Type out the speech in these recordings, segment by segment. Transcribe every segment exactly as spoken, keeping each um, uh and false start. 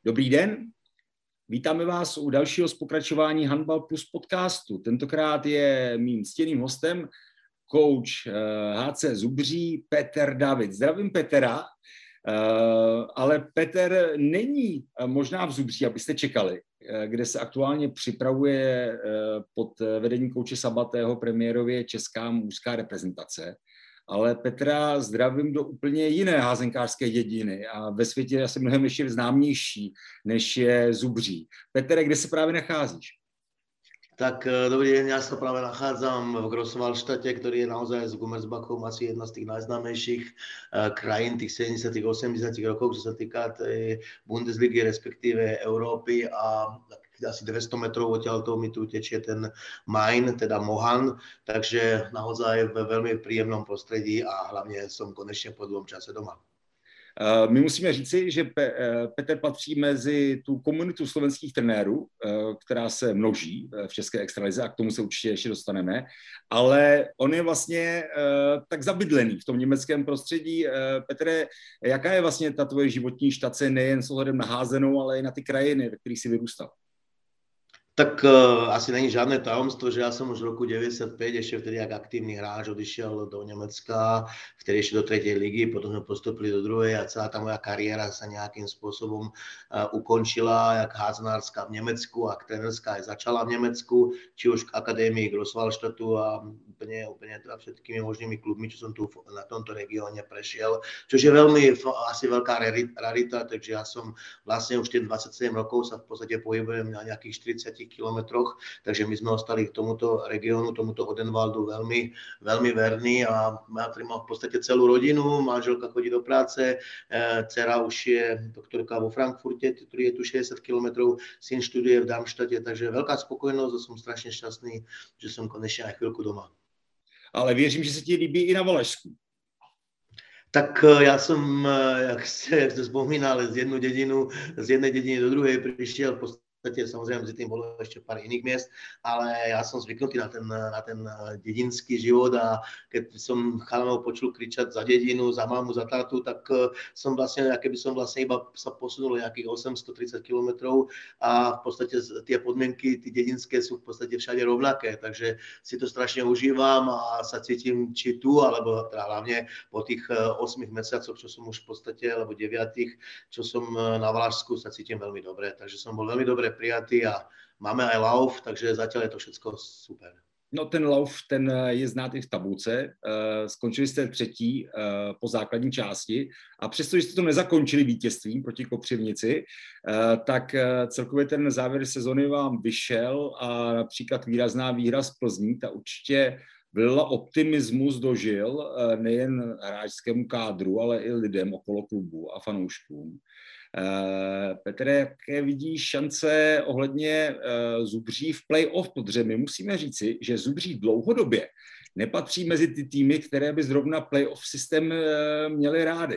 Dobrý den, vítáme vás u dalšího z pokračování Handball Plus podcastu. Tentokrát je mým ctěným hostem coach H C Zubří Petr David. Zdravím Petra, ale Petr není možná v Zubří, abyste čekali, kde se aktuálně připravuje pod vedením kouče Sabatého premiérově česká mužská reprezentace. Ale Petra zdravím do úplně jiné házenkářské dědiny a ve světě je asi mnohem ještě známější, než je Zubří. Petre, kde se právě nacházíš? Tak dobrý deň, ja sa práve nachádzam v Grosswallstadte, ktorý je naozaj s Gummersbachom asi jedna z tých najznámejších krajín tých sedemdesiatych osemdesiatych rokov, čo sa týka tej Bundesligy, respektíve Európy, a asi dvesto metrov odtiaľto mi tu tečie ten Main, teda Mohan, takže naozaj v veľmi príjemnom prostredí a hlavne som konečne po dlhom čase doma. My musíme říci, že Petr patří mezi tu komunitu slovenských trenérů, která se množí v české extralize a k tomu se určitě ještě dostaneme, ale on je vlastně tak zabydlený v tom německém prostředí. Petre, jaká je vlastně ta tvoje životní štace nejen s ohledem na házenou, ale i na ty krajiny, ve kterých jsi vyrůstal? Tak uh, asi není žádné tajomstvo, že ja som už v roku deväťdesiatpäť, ešte vtedy ako aktívny hráč, odišiel do Nemecka, vtedy ešte do tretej ligy, potom sme postupili do druhej a celá tá moja kariéra sa nejakým spôsobom uh, ukončila, jak háznárska v Nemecku a trénerská aj začala v Nemecku, či už k akadémii Grosswallstadtu a úplne, úplne teda všetkými možnými klubmi, čo som tu na tomto regióne prešiel, čo je veľmi asi veľká rarita, takže ja som vlastne už tie dvadsaťsedem rokov sa v podstate pohybujem na nejakých štyridsať kilometroch, takže my sme ostali k tomuto regiónu, tomuto Odenwaldu veľmi, veľmi verní a ja tady mám v podstate celú rodinu, manželka chodí do práce, dcera už je doktorka vo Frankfurte, ktorý je tu šesťdesiat kilometrov, syn študuje v Darmstadte, takže veľká spokojnosť a som strašne šťastný, že som konečne aj chvíľku doma. Ale věřím, že se ti líbí i na Valašsku. Tak ja som, jak ste, jak ste spomínali, z jednu dedinu, z jednej dediny do druhej prišiel v samozrejme, že tým bolo ešte pár iných miest, ale ja som zvyknutý na ten, na ten dedinský život a keď som chalanov počul kričať za dedinu, za mamu, za tátu, tak som vlastne, keby som vlastne iba sa posunul nejakých osemstotridsať kilometrov a v podstate tie podmienky, tie dedinské sú v podstate všade rovnaké, takže si to strašne užívam a sa cítim či tu, alebo teda hlavne po tých ôsmich mesiacoch, čo som už v podstate, alebo deviatich, čo som na Valašsku, sa cítim veľmi dobre, takže som bol veľmi dobre prijatý a máme aj lauf, takže zatiaľ je to všetko super. No ten lauf, ten je znát i v tabulce. Skončili jste třetí po základní části a přestože jste to nezakončili vítězstvím proti Kopřivnici, tak celkově ten závěr sezony vám vyšel a například výrazná výhra z Plzní, ta určitě vylila optimismus do žil nejen hráčskému kádru, ale i lidem okolo klubu a fanouškům. Uh, Petre, jaké vidíš šance ohledně uh, Zubří v play-off, protože my musíme říci, že Zubří dlouhodobě nepatří mezi ty týmy, které by zrovna play-off systém uh, měly rády.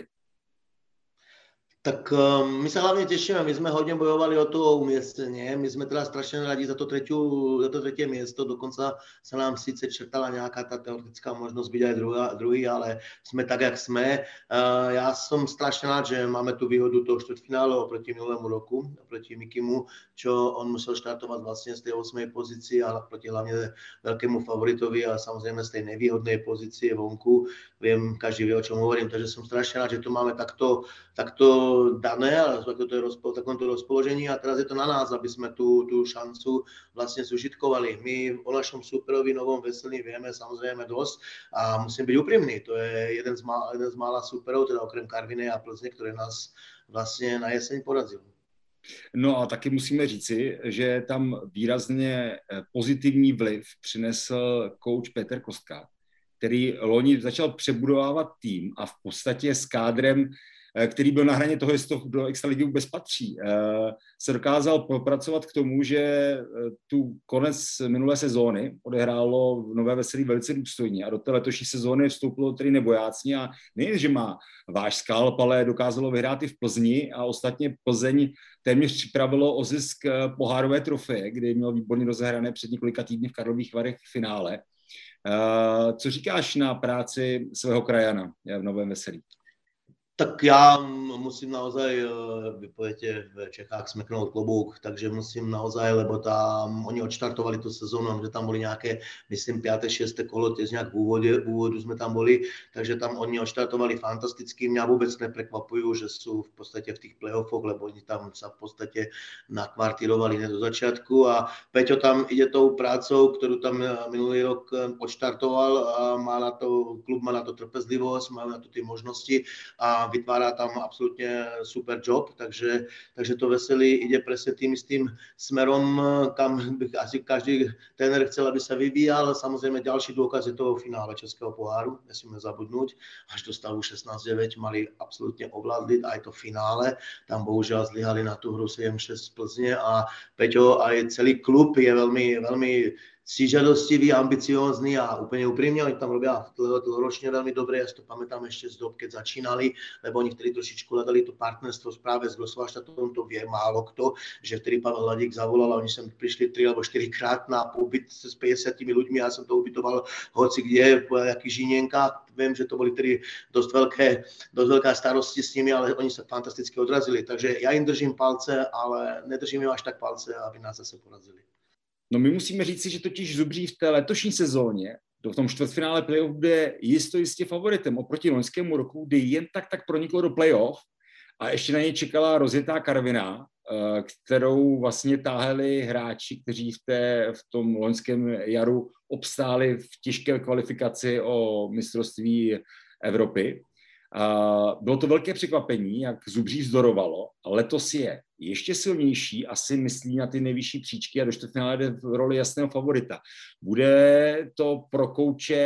Tak um, my sa hlavne tešíme, my sme hodne bojovali o to umiestnenie, my sme teda strašne radi za to, tretiu, za to tretie miesto, dokonca sa nám síce črtala nejaká tá teoretická možnosť byť aj druhá, druhý, ale sme tak, jak sme. Uh, ja som strašne rád, že máme tu výhodu toho štvrťfinále oproti minulému roku, oproti Mikimu, čo on musel štartovať vlastne z tej ôsmej pozície, ale proti hlavne veľkému favoritovi a samozrejme z tej nevýhodnej pozície vonku. Viem, každý vie, o čom hovorím, takže som strašne rád, že tu máme takto, takto dané, ale v takomto rozpoložení a teraz je to na nás, aby sme tú, tú šancu vlastne zužitkovali. My o našom superovi Novom Veselí vieme samozrejme dosť a musím byť úprimný, to je jeden z, má, jeden z mála superov, teda okrem Karviné a Plzne, ktoré nás vlastne na jeseň porazili. No a taky musíme říci, že tam výrazně pozitivní vliv přinesl kouč Petr Kostka, který loni začal přebudovávat tým a v podstatě s kádrem, který byl na hraně toho, jestli to do extraligy vůbec patří, se dokázal popracovat k tomu, že tu konec minulé sezóny odehrálo v Nové Veselí velice důstojně a do té letošní sezóny vstoupilo tedy nebojácně a nejen, že má váš skalp, ale dokázalo vyhrát i v Plzni a ostatně Plzeň téměř připravilo o zisk pohárové trofeje, kdy měl výborně rozehrané před několika týdny v Karlových Varech v finále. Co říkáš na práci svého krajana v Novém Veselí? Tak já musím naozaj, vy poviete, v Čechách smeknout klobouk, takže musím naozaj, lebo tam oni odštartovali tú sezónu, že tam boli nejaké, myslím, piate šieste kolo, tiež nejak v úvode, v úvodu sme tam boli, takže tam oni odštartovali fantasticky. Mňa vôbec neprekvapujú, že sú v podstate v tých play-offoch, lebo oni tam sa v podstate nakvartírovali hneď do začiatku a Peťo tam ide tou prácou, ktorú tam minulý rok odštartoval a má na to, klub má na to trpezlivosť, majú na to tie možnosti a vytvára tam absolútne super job, takže, takže to veselí ide presne tým istým smerom, kam by asi každý tréner chcel, aby sa vyvíjal. Samozrejme ďalší dôkaz je toho finále Českého poháru, nesmieme zabudnúť, až do stavu šestnásť deväť mali absolútne ovládli aj to finále, tam bohužiaľ zlyhali na tú hru sedem šesť z Plzne a Peťo aj celý klub je veľmi, veľmi cížadostivý, ambiciózny a úplne úprimne, oni tam robia dlhoročne veľmi dobre, ja si to pamätám ešte z dob, keď začínali, lebo oni vtedy trošičku hľadali to partnerstvo práve s Grosvalštátom, to vie málo kto, že vtedy Pavel Hladík zavolal a oni sem prišli tri alebo štyri krát na pobyt s päťdesiatimi ľuďmi, ja som to ubytoval hoci kde, v nejakých Žinienkách, viem, že to boli tedy dosť veľké, dosť veľká starosti s nimi, ale oni sa fantasticky odrazili, takže ja im držím palce, ale nedržím im až tak palce, aby nás zase porazili. No my musíme říci, že totiž Zubří v té letošní sezóně v tom čtvrtfinále playoff bude jisto jistě favoritem oproti loňskému roku, kdy jen tak tak proniklo do playoff a ještě na něj čekala rozjetá karvina, kterou vlastně táhali hráči, kteří v, té, v tom loňském jaru obstáli v těžké kvalifikaci o mistrovství Evropy. Bylo to velké překvapení, jak Zubří vzdorovalo, a letos je ještě silnější, asi myslí na ty nejvyšší příčky a do čtvrtfinále jde v roli jasného favorita. Bude to pro kouče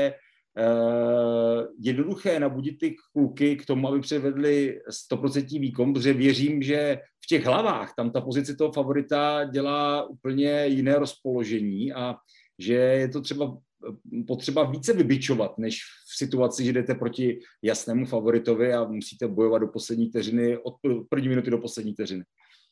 eh, jednoduché nabudit ty kluky k tomu, aby předvedli sto procent výkon, protože věřím, že v těch hlavách tam ta pozice toho favorita dělá úplně jiné rozpoložení a že je to třeba potřeba více vybičovat, než v situaci, že jdete proti jasnému favoritovi a musíte bojovat do poslední vteřiny, od první minuty do poslední vteřiny.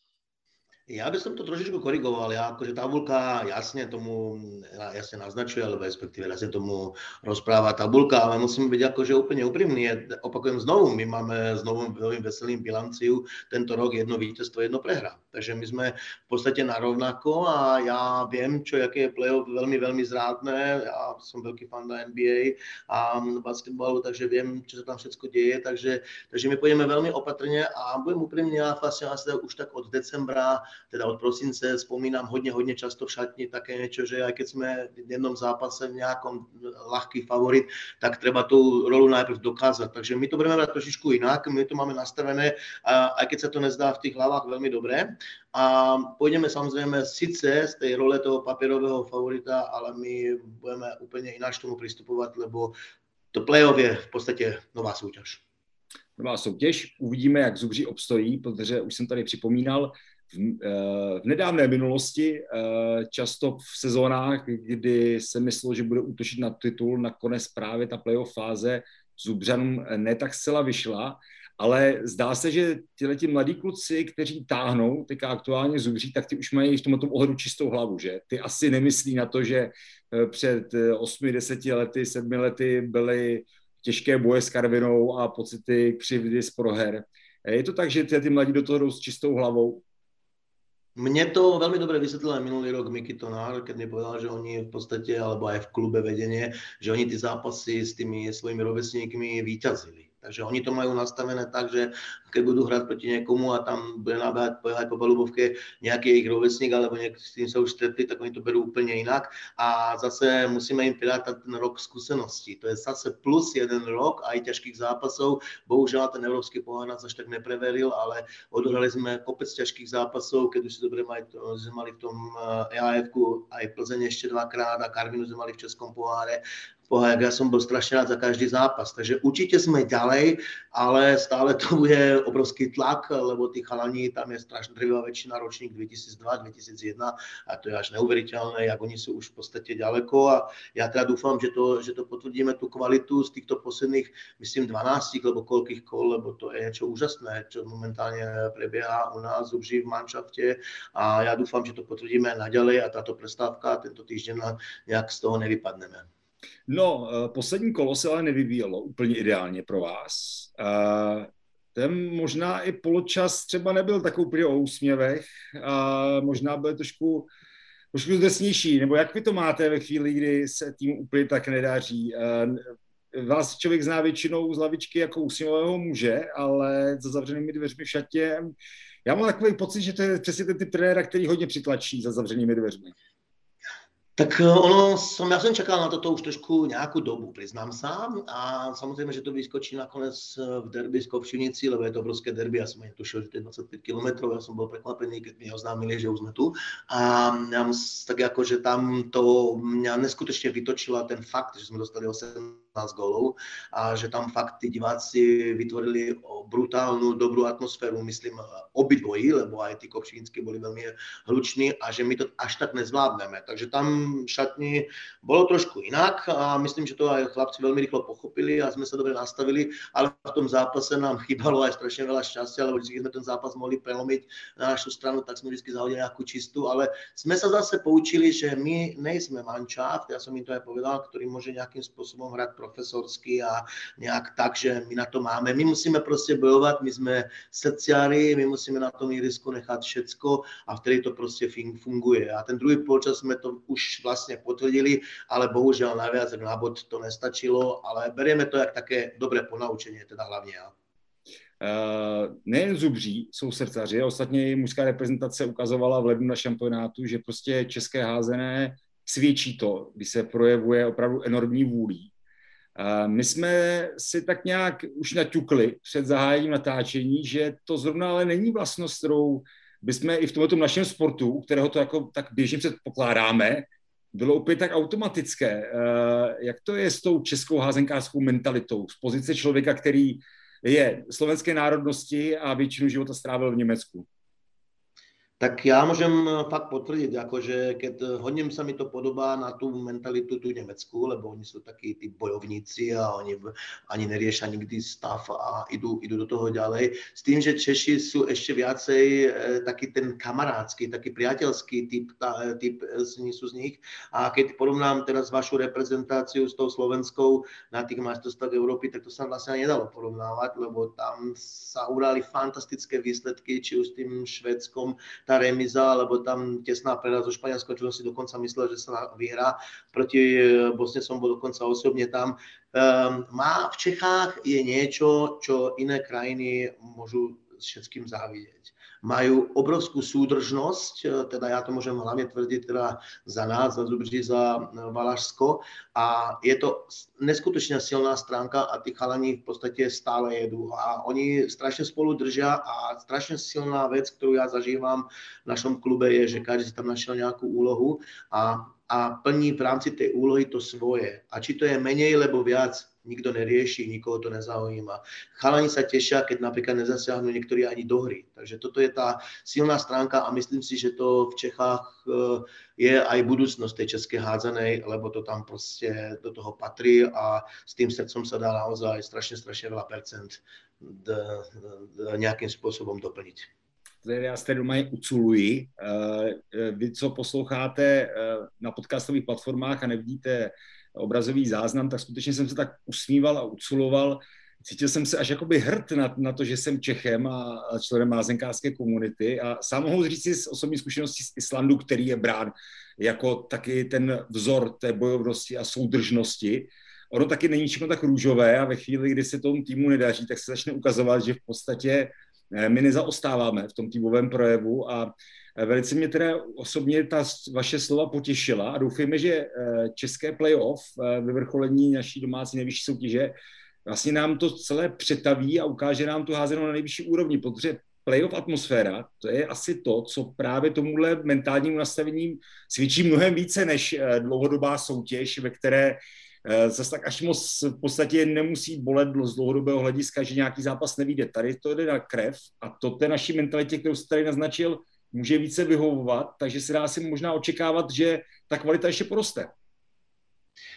Ja by som to trošičku korigoval. Ja, akože tabulka jasne tomu jasne naznačuje, alebo respektíve jasne tomu rozpráva tabulka, ale musíme byť akože úplne úprimní. Opakujem znovu, my máme znovu veľmi veselým bilanciu tento rok, jedno víťazstvo, jedno prehra. Takže my sme v podstate na rovnako a ja viem, čo jaké je play-off veľmi, veľmi zrádne. Ja som veľký fan na N B A a basketbalu, takže viem, čo sa tam všetko deje. Takže, takže my pôjdeme veľmi opatrne a budem úprimný, ja vlastne asi už tak od decembra, teda od prosince spomínam hodne, hodne často v šatni také niečo, že aj keď sme v jednom zápase v nejakom ľahký favorit, tak treba tú rolu najprv dokázať. Takže my to budeme brať trošičku inak, my to máme nastavené, aj keď sa to nezdá v tých hlavách veľmi dobre. A pôjdeme samozrejme síce z tej role toho papierového favorita, ale my budeme úplne ináč tomu pristupovať, lebo to play-off je v podstate nová súťaž. Nová soutěž, uvidíme, jak Zubří obstojí, protože už jsem tady připomínal, v, v nedávné minulosti, často v sezónách, kdy se myslelo, že bude útočit na titul, nakonec právě ta playoff fáze Zubřanům ne tak zcela vyšla, ale zdá se, že tihleti mladí kluci, kteří táhnou teďka aktuálně Zubří, tak ty už mají v tomto ohledu čistou hlavu, že? Ty asi nemyslí na to, že před osmi, deseti lety, sedmi lety byly těžké boje s Karvinou a pocity křivdy z proher. Je to tak, že ty mladí do toho jdou s čistou hlavou? Mne to veľmi dobre vysvetlil aj minulý rok Miky Tonár, keď mi povedal, že oni v podstate, alebo aj v klube vedenie, že oni tie zápasy s tými svojimi rovesníkmi víťazili. Takže oni to majú nastavené tak, že keď budú hrať proti niekomu a tam bude nabehať po Balubovke nejaký ich rovesník, alebo niekto s tým sa už stretli, tak oni to berú úplne inak. A zase musíme im prirátať ten rok skúseností. To je zase plus jeden rok aj ťažkých zápasov. Bohužiaľ ten európsky pohár nás až tak nepreveril, ale odohrali sme kopec ťažkých zápasov, keď už si dobre mali, sme mali v tom E A F-ku aj Plzeň ešte dvakrát a Karvinu sme mali v Českom poháre. Pohľad, ja som bol strašne rád za každý zápas. Takže určite sme ďalej, ale stále to bude obrovský tlak, lebo tí chalani, tam je strašne drvivá väčšina, ročník dvetisícdva dvetisícjeden a to je až neuveriteľné, jak oni sú už v podstate ďaleko a ja teda dúfam, že to, že to potvrdíme tú kvalitu z týchto posledných, myslím, dvanástich, lebo koľkých kol, lebo to je niečo úžasné, čo momentálne prebieha u nás Zubří v manšafte a ja dúfam, že to potvrdíme aj naďalej a táto prestávka tento týždeň nejak z toho nevypadneme. No, poslední kolo se ale nevyvíjelo úplně ideálně pro vás. ten možná i poločas třeba nebyl tak úplně o úsměvech a možná byl trošku, trošku zdrsnější. Nebo jak vy to máte ve chvíli, kdy se tým úplně tak nedaří? Vás člověk zná většinou z lavičky jako úsměvového muže, ale za zavřenými dveřmi v šatě. Já mám takový pocit, že to je přesně ten typ trenéra, který hodně přitlačí za zavřenými dveřmi. Tak ono, som, ja som čakal na toto už trošku nejakú dobu, priznám sa. A samozrejme, že to vyskočí nakonec v derby z Kopšivnici, lebo je to obrovské derby. Ja som aj tušil, že to je dvadsaťpäť kilometrov. Ja som bol prekvapený, keď mi oznámili, že už sme tu. A ja mus, tak ako, že tam to mňa neskutečne vytočila ten fakt, že sme dostali osemnásť gólov a že tam fakt tí diváci vytvorili brutálnu, dobrú atmosféru, myslím, obidvojí, lebo aj tí kopšivnickí boli veľmi hluční a že my to až tak nezvládneme. Takže tam v šatni bolo trošku inak a myslím, že to aj chlapci veľmi rýchlo pochopili a sme sa dobre nastavili, ale v tom zápase nám chýbalo aj strašne veľa šťastia, lebo vždy, keď sme ten zápas mohli prelomiť na našu stranu, tak sme vždy zahodili nejakú čistú, ale sme sa zase poučili, že my nejsme manšaft, ja som im to aj povedal, ktorý môže nejakým spôsobom hrať profesorsky a nejak tak, že my na to máme. My musíme proste bojovať, my sme srdciári, my musíme na tom ihrisku nechať všetko a vtedy to proste funguje. A ten druhý polčas sme to už vlastne potvrdili, ale bohužiaľ najviac na bod to nestačilo, ale berieme to jak také dobré ponaučenie, teda hlavně já. Uh, nejen zubří jsou srdcaři, ostatně i mužská reprezentace ukazovala v lednu na šampionátu, že prostě české házené svědčí to, když se projevuje opravdu enormní vůlí. Uh, my jsme si tak nějak už naťukli před zahájením natáčení, že to zrovna ale není vlastnost, kterou bychom i v tomto našem sportu, u kterého to jako tak běžně předpokládáme, bylo úplně tak automatické. Jak to je s tou českou házenkářskou mentalitou? Z pozice člověka, který je slovenské národnosti a většinu života strávil v Německu. Tak ja môžem fakt potvrdiť, akože keď hodne sa mi to podobá na tú mentalitu tú nemeckú, lebo oni sú takí tí bojovníci a oni ani neriešia nikdy stav a idú, idú do toho ďalej. S tým, že Češi sú ešte viacej e, taký ten kamarádsky, taký priateľský typ, tá, typ sú z nich. A keď porovnám teraz vašu reprezentáciu s tou slovenskou na tých majstrovstvách Európy, tak to sa vlastne nedalo porovnávať, lebo tam sa urali fantastické výsledky, či už s tým Švédskom, tá remiza, alebo tam tesná prehra zo Španielskom, čo som si dokonca myslel, že sa vyhrá. Proti Bosne som bol dokonca osobne tam. Um, má v Čechách je niečo, čo iné krajiny môžu všetkým závidieť. Majú obrovskú súdržnosť, teda ja to môžem hlavne tvrdiť teda za nás, za Zubří, za Valašsko a je to neskutočne silná stránka a tí chalani v podstate stále jedú a oni strašne spolu držia a strašne silná vec, ktorú ja zažívam v našom klube je, že každý si tam našiel nejakú úlohu a, a plní v rámci tej úlohy to svoje. A či to je menej, lebo viac, nikto nerieši, nikoho to nezaujíma. Chalani sa tešia, keď napríklad nezasiahnu niektorí ani do hry. Takže toto je tá silná stránka a myslím si, že to v Čechách je aj budúcnosť tej českej hádzanej, lebo to tam proste do toho patrí a s tým srdcom sa dá naozaj strašne, strašne veľa percent d, d, nejakým spôsobom doplniť. Já se doma je uculuji. Vy, co posloucháte na podcastových platformách a nevidíte obrazový záznam, tak skutečně jsem se tak usmíval a uculoval. Cítil jsem se až jakoby hrd na, na to, že jsem Čechem a, a členem házenkářské komunity a sám mohu říct si z osobní zkušenosti z Islandu, který je brán jako taky ten vzor té bojovnosti a soudržnosti. Ono taky není všechno tak růžové a ve chvíli, kdy se tomu týmu nedaří, tak se začne ukazovat, že v podstatě my nezaostáváme v tom týmovém projevu a velice mě teda osobně ta vaše slova potěšila a doufejme, že české playoff, vyvrcholení naší domácí nejvyšší soutěže, vlastně nám to celé přetaví a ukáže nám tu házenou na nejvyšší úrovni, protože playoff atmosféra, to je asi to, co právě tomuhle mentálnímu nastavení svědčí mnohem více než dlouhodobá soutěž, ve které zase tak až moc v podstatě nemusí bolet z dlouhodobého hlediska, že nějaký zápas nevyjde. Tady to jde na krev a to té naší mentalitě, kterou jste tady naznačil, může více vyhovovat, takže se dá si možná očekávat, že ta kvalita ještě poroste.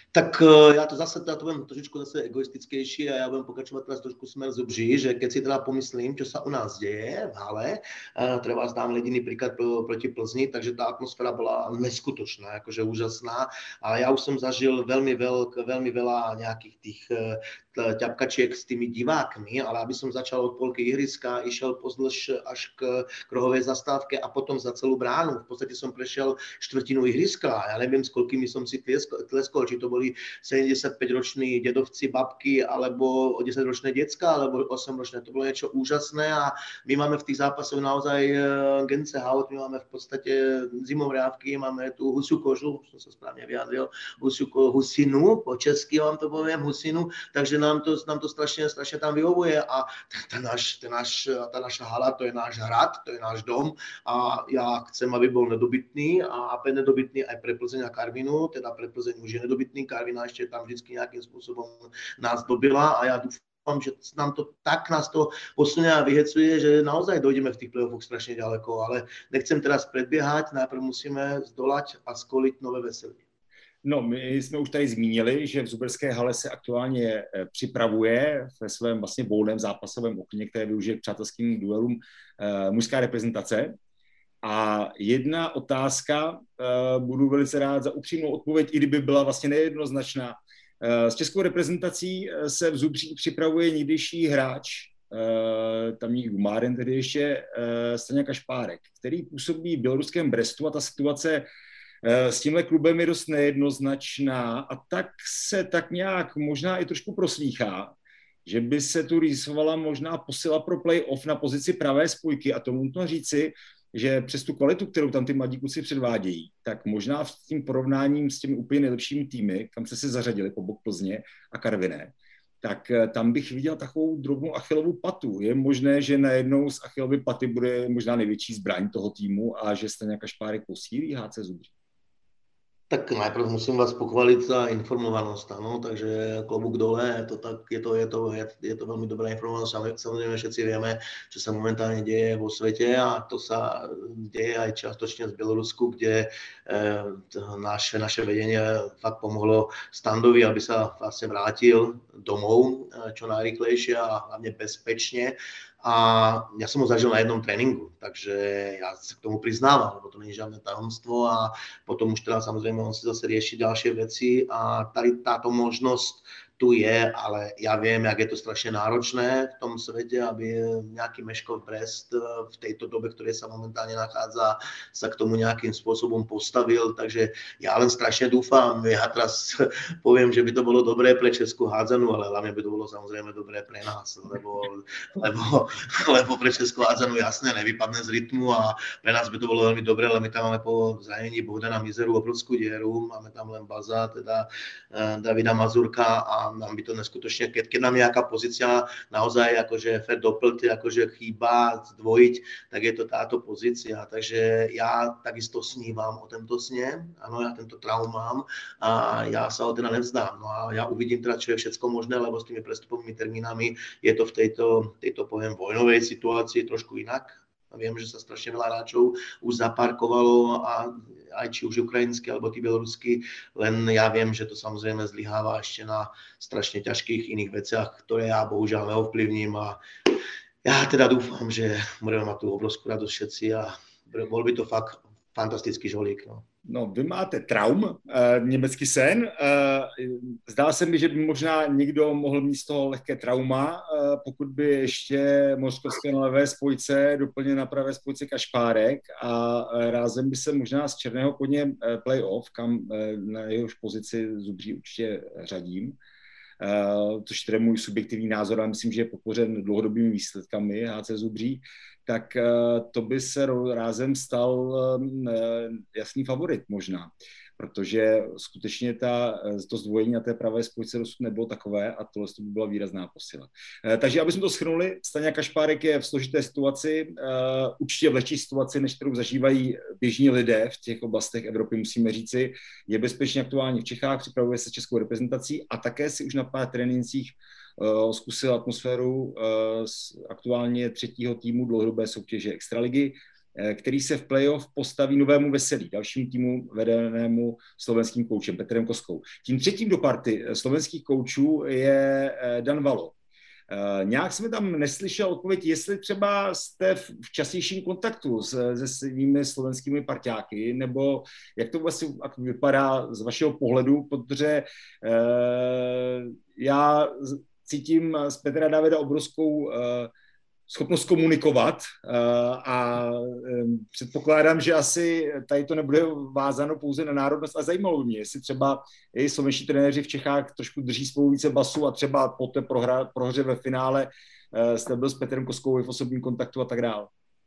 Tak já to zase teda to budem trošičku zase egoistickejší a já budem pokračovat teraz trošku smer zubří, že keď si teda pomyslím, čo sa u nás deje v hale, treba dám jediný príklad proti Plzni, takže tá atmosféra bola neskutočná, akože úžasná, ale ja už som zažil veľmi, veľk, veľmi veľa nejakých tých ťapkačiek s tými divákmi, ale aby som začal od polky ihriska, išiel pozdĺž až k kruhovej zastávke a potom za celú bránu. V podstate som prešiel štvrtinu ihriska. Ja neviem, s koľkými som si tleskol, či to boli sedemdesiatpäťroční dedovci, babky, alebo desaťročné decka, alebo osemročné. To bolo niečo úžasné a my máme v tých zápasoch naozaj Gänsehaut, my máme v podstate zimovrávky, máme tu husiu kožu, som sa správne vyjadril, husiu husinu, po česky vám to poviem, husinu, takže nám to, nám to strašne, strašne tam vyhovuje a tá, náš, tá, náš, tá naša hala, to je náš hrad, to je náš dom a ja chcem, aby bol nedobytný a aby nedobytný aj pre Plzeň a Karvinu, teda pre Plzeň už je nedobytný, Karvina ešte tam vždycky nejakým spôsobom nás dobila a ja dúfam, že nám to tak nás to posunie a vyhecuje, že naozaj dojdeme v tých play-offoch strašne ďaleko, ale nechcem teraz predbiehať, najprv musíme zdolať a skoliť nové veselí. No, my jsme už tady zmínili, že v Zuberské hale se aktuálně připravuje ve svém vlastně volném zápasovém okně, které využije k přátelským duelům uh, mužská reprezentace. A jedna otázka, uh, budu velice rád za upřímnou odpověď, i kdyby byla vlastně nejednoznačná. Uh, s českou reprezentací se v Zubří připravuje někdejší hráč, uh, tamník Gumáren, tedy ještě uh, Staňa Kašpárek, který působí v běloruském Brestu a ta situace s tímhle klubem je dost nejednoznačná a tak se tak nějak možná i trošku proslýchá, že by se tu rýsovala možná posila pro play-off na pozici pravé spojky a to nutno říci, že přes tu kvalitu, kterou tam ty mladí kluci předvádějí, tak možná s tím porovnáním s těmi úplně nejlepšími týmy, kam se se zařadili po bok Plzně a Karviné, tak tam bych viděl takovou drobnou Achillovu patu. Je možné, že najednou z Achillovy paty bude možná největší zbraň toho týmu a že Staňa Kašpárek posílí H C Zubří. Tak najprv musím vás pochváliť za informovanosť, áno, takže klobúk dole, to tak, je, to, je, to, je, je to veľmi dobrá informovanosť, samozrejme všetci vieme, čo sa momentálne deje vo svete a to sa deje aj častočne z Bielorusku, kde e, naše, naše vedenie fakt pomohlo Standovi, aby sa vlastne vrátil domov e, čo najrýchlejšie a hlavne bezpečne. A ja som ho zažil na jednom tréninku, takže ja sa k tomu priznávam, lebo to nie je žiadne tajomstvo a potom už teda samozrejme on si zase rieši ďalšie veci a tady táto možnosť tu je, ale ja viem, jak je to strašne náročné v tom svete, aby nejaký Meškov Brest v tejto dobe, ktoré sa momentálne nachádza, sa k tomu nejakým spôsobom postavil, takže ja len strašne dúfam, ja teraz poviem, že by to bolo dobré pre Českú hádzanú, ale hlavne by to bolo samozrejme dobré pre nás, lebo, lebo, lebo pre Českú hádzanú jasne nevypadne z rytmu a pre nás by to bolo veľmi dobré, ale my tam máme po zranení Bohdana Mizeru obrovskú dieru, máme tam len Baza, teda Davida Mazurka a nám by to neskutočne, keď, keď nám nejaká pozícia naozaj akože fair doplty, akože chýba zdvojiť, tak je to táto pozícia. Takže ja takisto snívam o tomto sne, áno, ja tento traum mám a ja sa ho teda nevzdám. No a ja uvidím teda, čo je všetko možné, lebo s tými prestupovými termínami je to v tejto, tejto poviem, vojnovej situácii trošku inak. A viem, že sa strašne veľa hráčov už zaparkovalo a aj či už ukrajinský alebo tí bieloruskí, len ja viem, že to samozrejme zlyháva ešte na strašne ťažkých iných veciach, ktoré ja bohužiaľ neovplyvním a ja teda dúfam, že budeme mať tú obrovskú radosť všetci a bol by to fakt fantastický žolík. No. No, vy máte traum, uh, německý sen. Uh, zdá se mi, že by možná někdo mohl mít z toho lehké trauma, uh, pokud by ještě Moškovské na levé spojce doplnil na pravé spojce Kašpárek a uh, rázem by se možná z černého koně uh, play-off, kam uh, na jehož pozici Zubří určitě řadím, uh, což je můj subjektivní názor, ale myslím, že je podpořen dlouhodobými výsledkami H C Zubří, tak to by se rázem stal jasný favorit možná, protože skutečně ta, to zdvojení na té pravé spojce dosud nebylo takové a tohle by byla výrazná posila. Takže abychom to shrnuli, Staňa Kašpárek je v složité situaci, určitě v lehčí situaci, než kterou zažívají běžní lidé v těch oblastech Evropy, musíme říci. Je bezpečně aktuálně v Čechách, připravuje se českou reprezentací a také si už na pár trénincích Uh, zkusil atmosféru uh, z aktuálně třetího týmu dlouhodobé soutěže Extraligy. který se v playoff postaví Novému Veselí, dalšímu týmu vedenému slovenským koučem Petrem Kostkou. Tím třetím do party slovenských koučů je Dan Valo. Nějak jsme tam neslyšel odpověď, jestli třeba jste v častějším kontaktu s, se svými slovenskými parťáky, nebo jak to vlastně vypadá z vašeho pohledu, protože eh, já cítím z Petra Davida obrovskou eh, schopnost komunikovat a předpokládám, že asi tady to nebude vázáno pouze na národnost a zajímalo by mě, jestli třeba i slovenští trenéři v Čechách trošku drží spolu více basu a třeba po té prohře, prohře ve finále jste byl s Petrem Kostkou v osobním kontaktu a tak dále.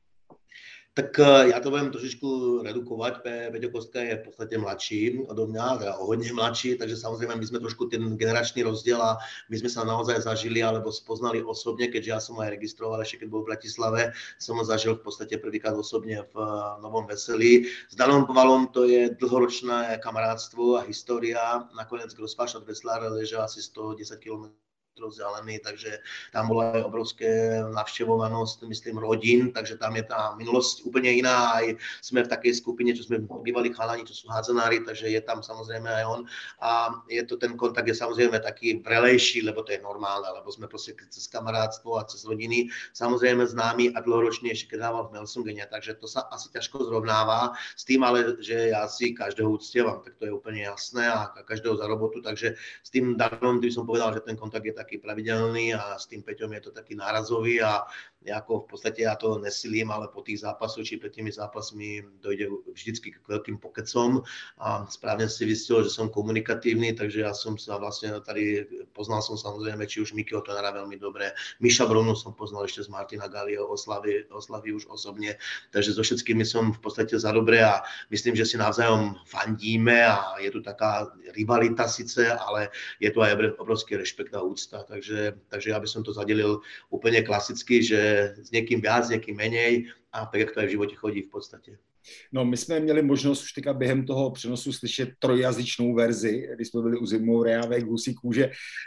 Tak já to budem trošičku redukovat. Peťo Kostka je v podstatě mladší odo mňa, teda o hodně mladší, takže samozřejmě my jsme trošku ten generační rozdiel a my jsme sa naozaj zažili alebo spoznali osobně, keďže ja som aj registroval ešte keď bol v Bratislave, som ho zažil v podstate prvýkrát osobně v Novom Veselí. S Danom Valom to je dlhoročné kamarátstvo a história. Nakoniec Grossfahrt Wetzlar leží asi sto desať kilometrov vzdialený, takže tam bola aj obrovské navštevovanosť, myslím, rodín, takže tam je tá minulosť úplne iná. Aj sme v takej skupine, čo sme bývali chalani, čo sú hádzanári, takže je tam samozrejme aj on. A je to ten kontakt je samozrejme taký vrelejší, lebo to je normálne, lebo sme proste cez kamarátstvo a cez rodiny samozrejme známi a dlhoročnejšie, keď dával v Melsungene, takže to sa asi ťažko zrovnáva s tým, ale že ja si každého uctievam, tak to je úplne jasné a každého za robotu, takže s tým Danom, tým som povedal, že ten kontakt je taký pravidelný a s tým Peťom je to taký nárazový a ako v podstate ja to nesilím, ale po tých zápasoch či pred tými zápasmi dojde vždycky k veľkým pokecom a správne si vystil, že som komunikatívny, takže ja som sa vlastne tady poznal som samozrejme či už Mikyho Tonara veľmi dobre, Miša Brunu som poznal ešte z Martina Galliho, Oslavy, Oslavy už osobne, takže so všetkými som v podstate za dobre a myslím, že si navzájom fandíme a je tu taká rivalita sice, ale je tu aj obrovský rešpekt a úcta, takže, takže ja by som to zadelil úplne klasicky, že s někým viac, s někým menej a tak, jak to aj v životě chodí v podstatě. No, my jsme měli možnost už teďka během toho přenosu slyšet trojjazyčnou verzi, když jsme byli u Zimou Rejávé Husí kůže.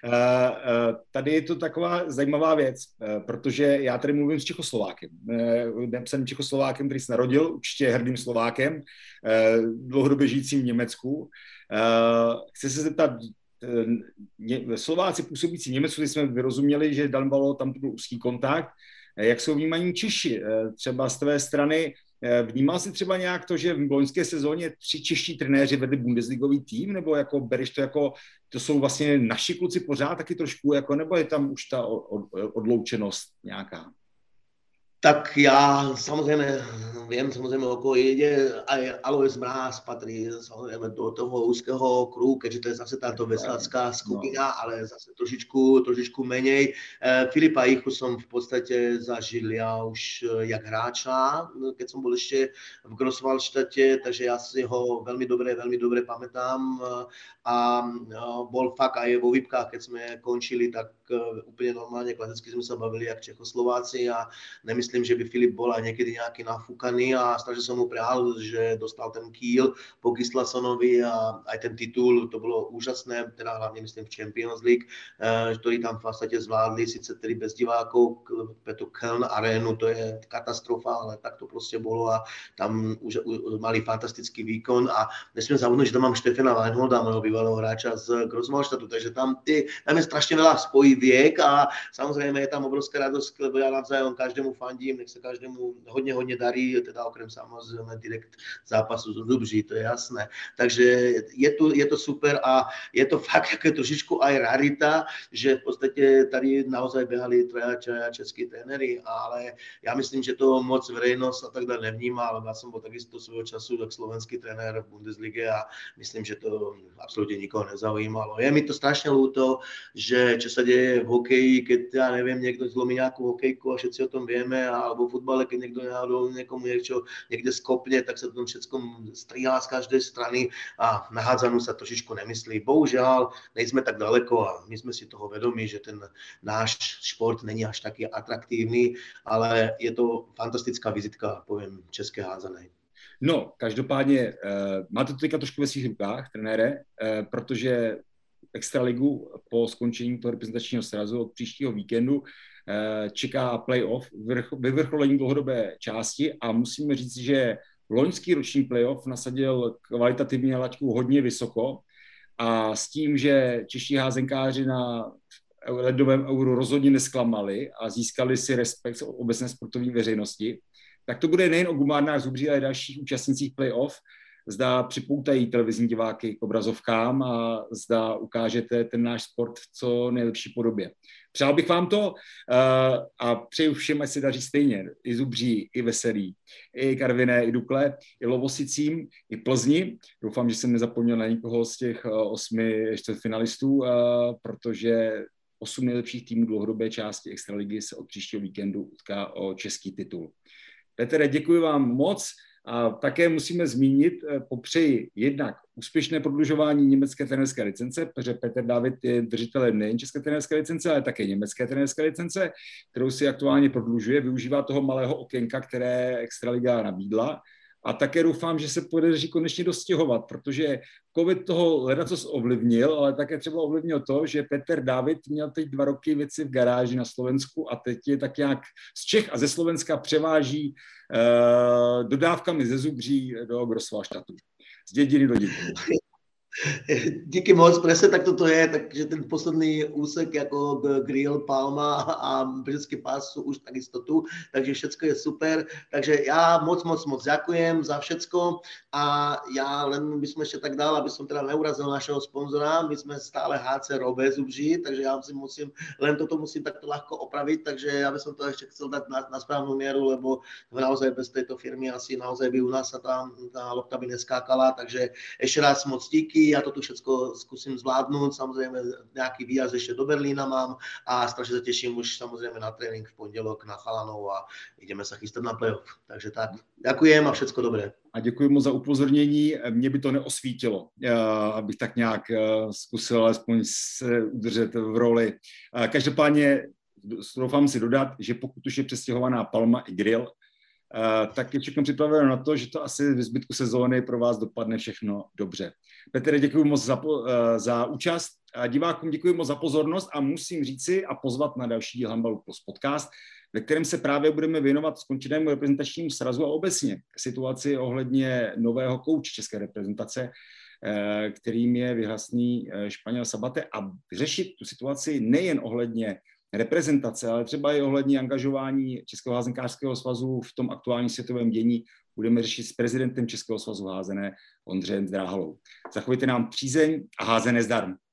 Tady je to taková zajímavá věc, protože já tady mluvím s Čechoslovákem. Jsem Čechoslovákem, který se narodil, určitě hrdým Slovákem, dlouhodobě žijícím v Německu. Chci se zeptat, Slováci působící v Německu, když jsme vyrozuměli, že Dan Valo tam byl úzký kontakt. Jak jsou vnímaní Češi? Třeba z tvé strany vnímal jsi třeba nějak to, že v loňské sezóně tři čeští trenéři vedli bundesligový tým, nebo jako bereš to jako, to jsou vlastně naši kluci pořád taky trošku, jako, nebo je tam už ta odloučenost nějaká? Tak ja samozrejme viem, samozrejme o koho ide, aj Alois Mráz patrí samozrejme do toho úzkeho kruhu, keďže to je zase táto veslácká skupina, no. Ale zase trošičku, trošičku menej. E, Filipa Ichu som v podstate zažil ja už jak hráča, keď som bol ešte v Grosswaldštate, takže ja si ho veľmi dobre, veľmi dobre pamätám a bol fakt aj vo výpkách, keď sme končili, tak úplne normálne, klasicky sme sa bavili jak Čechoslováci a nemyslím, že by Filip bol aj niekedy nejaký nafúkaný a strašne som mu prial, že dostal ten Kiel po Gislasonovi a aj ten titul, to bolo úžasné, teda hlavne myslím v Champions League, ktorý tam v podstate zvládli, síce tedy bez divákov, preto Köln arénu, to je katastrofa, ale tak to proste bolo a tam už mali fantastický výkon a nesmiem zabudnúť, že tam mám Štefana Weinholda, môjho bývalého hráča z Grosswaldstatu, takže tam, ty, tam je strašne veľa spojí viek a samozrejme je tam obrovská radosť, lebo ja navzájom každému fandím, nech sa každému hodne, hodne darí, teda okrem samozrejme direkt zápasu z Dubží, to je jasné. Takže je, tu, je to super a je to fakt také trošičku aj rarita, že v podstate tady naozaj behali traja českí tréneri, ale ja myslím, že to moc verejnosť a tak dále nevníma, ale ja som bol takisto svojho času tak slovenský trenér v Bundeslige a myslím, že to absolútne nikoho nezaujímalo. Je mi to strašne ľúto, že čo sa deje v hokeji, keď ja neviem, niekto zlomí nejakú hokejku a všetci o tom vieme, alebo v futbale, keď niekto náhodou niekomu niečo niekde skopne, tak sa to tom všetkom strihá z každej strany a na hádzanú sa trošičku nemyslí. Bohužiaľ, nejsme tak daleko a my sme si toho vedomí, že ten náš šport není až taký atraktívny, ale je to fantastická vizitka, poviem, české hádzanej. No, každopádně, uh, máte to teďka trošku ve svých rukách, trenére, uh, protože extraligu po skončení toho reprezentačního srazu od příštího víkendu. Čeká playoff, vyvrcholení dlouhodobé části a musíme říct, že loňský roční playoff nasadil kvalitativně laťku hodně vysoko a s tím, že čeští házenkáři na ledovém euru rozhodně nesklamali a získali si respekt obecné sportovní veřejnosti, tak to bude nejen o gumárnách Zubří, ale i dalších účastnících playoff. Zda připoutají televizní diváky k obrazovkám a zda ukážete ten náš sport v co nejlepší podobě. Přál bych vám to a přeju všem, ať se daří stejně. I Zubří, i Veselí, i Karviné, i Dukle, i Lovosicím, i Plzni. Doufám, že jsem nezapomněl na nikoho z těch osmi čtvrtfinalistů, protože osm nejlepších týmů dlouhodobé části extraligy se od příštího víkendu utká o český titul. Petere, děkuji vám moc. A také musíme zmínit, popřeji jednak úspěšné prodlužování německé trenérské licence, protože Petr David je držitelem nejen české trenérské licence, ale také německé trenérské licence, kterou si aktuálně prodlužuje, využívá toho malého okénka, které Extraliga nabídla. A také doufám, že se podaří konečně dostihovat, protože covid toho ledacos ovlivnil, ale také třeba ovlivnil to, že Petr David měl teď dva roky věci v garáži na Slovensku a teď je tak nějak z Čech a ze Slovenska převáží eh, dodávkami ze Zubří do Grosswallstadtu. Z dědiny do dědiny. Díky moc, presne tak toto je, takže ten posledný úsek jako grill, palma a britský pás sú už takisto tu, takže všetko je super, takže ja moc, moc, moc ďakujem za všetko a ja len by som ešte tak dal, aby som teda neurazil našeho sponzora, my sme stále há cé Robe Zubří, takže ja si musím, len toto musím takto ľahko opraviť, takže ja by som to ešte chcel dať na, na správnu mieru, lebo naozaj bez tejto firmy asi naozaj by u nás sa tá, tá lopta by neskákala, takže ešte raz moc díky. Ja to tu všetko skúsim zvládnuť, samozrejme nejaký výjazd ešte do Berlína mám a strašne sa teším už samozrejme na tréning v pondelok na chalanov a ideme sa chystať na playoff. Takže tak, ďakujem a všetko dobré. A děkuji moc za upozornění, mě by to neosvítilo, abych tak nějak zkusil alespoň se udržet v roli. Každopádně doufám si dodat, že pokud už je přestěhovaná palma i grill, Uh, tak je všechno připraveno na to, že to asi v zbytku sezóny pro vás dopadne všechno dobře. Petře, děkuji moc za, uh, za účast. A divákům děkuji moc za pozornost a musím říci a pozvat na další díl Handballu Plus podcast, ve kterém se právě budeme věnovat skončenému reprezentačnímu srazu a obecně situaci ohledně nového kouče české reprezentace, uh, kterým je vyhlasný uh, Španěl Sabate, a řešit tu situaci nejen ohledně reprezentace, ale třeba i ohledně angažování Českého házenkářského svazu v tom aktuálním světovém dění budeme řešit s prezidentem Českého svazu házené Ondřejem Zdráhalou. Zachovejte nám přízeň a házené zdarm.